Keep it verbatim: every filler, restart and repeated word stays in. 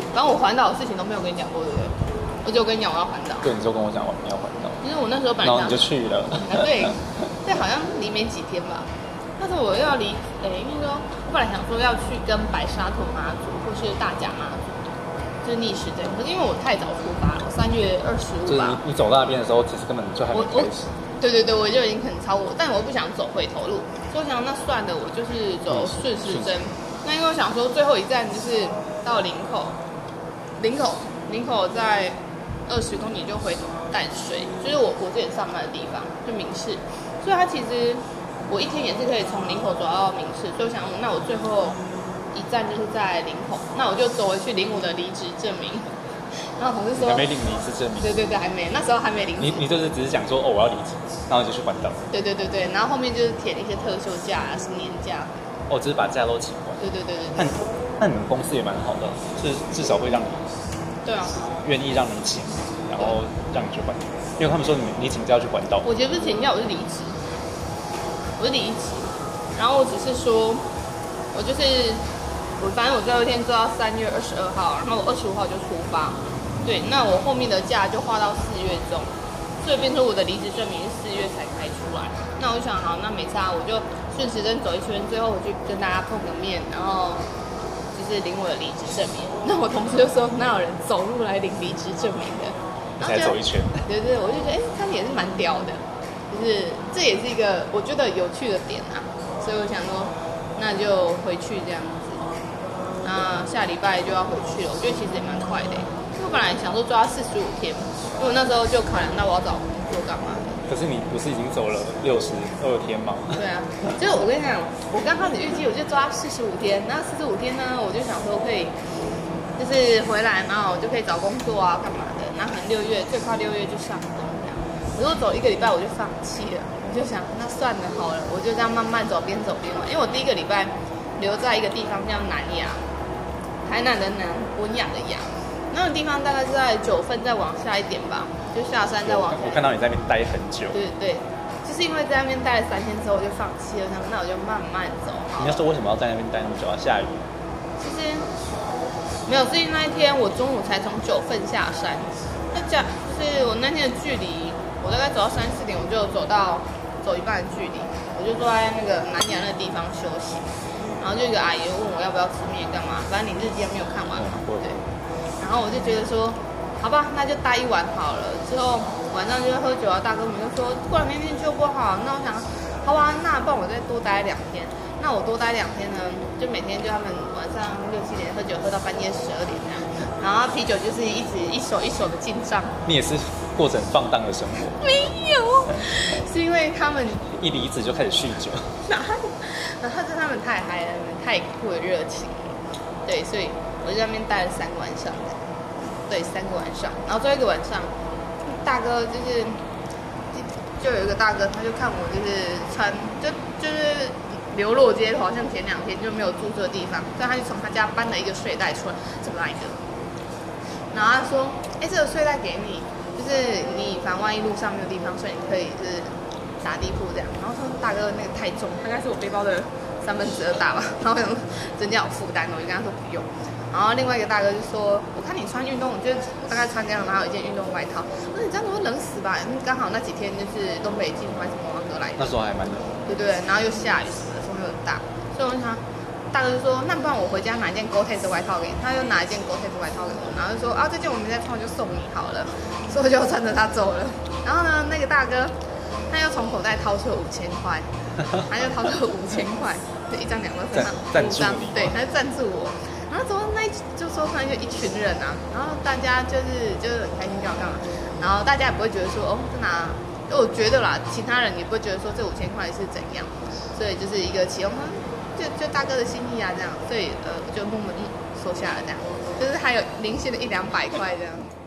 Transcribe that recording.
反正我环岛的事情都没有跟你讲过，对不对？我只有跟你讲我要环岛。 对，你就跟我讲你要环岛。 其实我那时候本来想， 然后你就去了。 啊、对，对，好像离没几天吧。那时候我要离，诶，应该说，我本来想说要去跟白沙屯妈祖或是大甲妈祖，就是逆时针。可是因为我太早出发了，三月二十五吧。 就是你你走到那边的时候，其实根本就还没开始。 对对对，我就已经很超我，但我不想走回头路，所以我想那算了，我就是走顺时针。那因为我想说最后一站就是到林口，林口林口在二十公里就回淡水，就是我我之前上班的地方，就民视，所以它其实我一天也是可以从林口走到民视，所以我想那我最后一站就是在林口，那我就走回去领我的离职证明。然后同事说还没领离职证明。 对对对，还没，那时候还没领。 你你就是只是讲说哦我要离职，然后你就去环岛。 对对对对，然后后面就是填一些特休假啊、是年假。 哦，只是把假都请完。 对对对对。 那那你们公司也蛮好的，是至少会让你。 对啊。愿意让你请，然后让你去环岛，因为他们说你你请假要去环岛。 我其实不是请假，我是离职，我是离职，然后我只是说，我就是我反正我最后一天做到三月二十二号，然后我二十五号就出发。对，那我后面的假就花到四月中，所以变成我的离职证明是四月才开出来。那我就想，好，那没差，我就顺时针走一圈，最后我去跟大家碰个面，然后就是领我的离职证明。那我同事就说，哪有人走路来领离职证明的？ 才走一圈。 对对，我就觉得，哎、欸，他也是蛮屌的，就是这也是一个我觉得有趣的点啊。所以我想说，那就回去这样子。那下礼拜就要回去了，我觉得其实也蛮快的、欸。因为我本来想说抓四十五天，因为我那时候就考量到我要找工作干嘛的。 可是你不是已经走了六十二天吗？ 对啊，就我跟你讲，我刚开始预计我就抓四十五天，那四十五天呢，我就想说可以，就是回来，然后我就可以找工作啊，干嘛的。那可能六月最快六月就上工这样。我如果走一个礼拜我就放弃了，我就想那算了好了，我就这样慢慢走，边走边玩。因为我第一个礼拜留在一个地方叫南雅，台南的南，文雅的雅。那个地方大概是在九份再往下一点吧，就下山再往下。 我看到你在那边待很久。 对对，就是因为在那边待了三天之后，我就放弃了，想那我就慢慢走。 你要说为什么要在那边待那么久啊？下雨？ 其实没有，是因为那一天我中午才从九份下山，那讲就是我那天的距离，我大概走到三四点，我就走到走一半的距离，我就坐在那个南雅那个地方休息，然后就一个阿姨问我要不要吃面干嘛，反正你日记还没有看完嘛，对。然后我就觉得说，好吧，那就待一晚好了。之后晚上就喝酒啊，大哥们就说过两天天气不好，那我想，好吧，那不然我再多待两天。那我多待两天呢，就每天就他们晚上六七点喝酒，喝到半夜十二点这样。然后啤酒就是一直一手一手的进账。 你也是过着放荡的生活？ 没有，是因为他们一离职就开始酗酒。 然后，然后就他们太嗨了，太酷的热情。对，所以我就在那边待了三个晚上。对，三个晚上，然后最后一个晚上，大哥就是就有一个大哥，他就看我就是穿就就是流落街头，好像前两天就没有住这个地方，所以他就从他家搬了一个睡袋出来，怎么来的？然后他说：“哎、欸，这个睡袋给你，就是你反正万一路上没有地方睡，你可以就是打地铺这样。”然后说大哥那个太重，大概是我背包的三分之二大吧，然后我想增加有负担，我就跟他说不用。然后另外一个大哥就说：“我看你穿运动，我就大概穿这样，然后有一件运动外套。我说你这样子会冷死吧？刚好那几天就是东北季风还是摩洛哥来的， 那时候还蛮冷， 对对。然后又下雨什么的，风又很大，所以我就想，大哥就说：那不然我回家拿一件 Gore-Tex 外套给你。他又拿一件 Gore-Tex 外套给我，然后就说：啊，这件我没在穿，我就送你好了。所以我就穿着它走了。然后呢，那个大哥他又从口袋掏出了五千块，他就掏出了五千块，就一张两张三张五张，对，他就赞助我。”然后怎么那就说反正就一群人啊，然后大家就是就是很开心干嘛干嘛，然后大家也不会觉得说哦这哪，我觉得啦，其他人也不会觉得说这五千块是怎样，所以就是一个启用，就就大哥的心意啊这样，所以呃就默默收下了这样，就是还有零星的一两百块这样。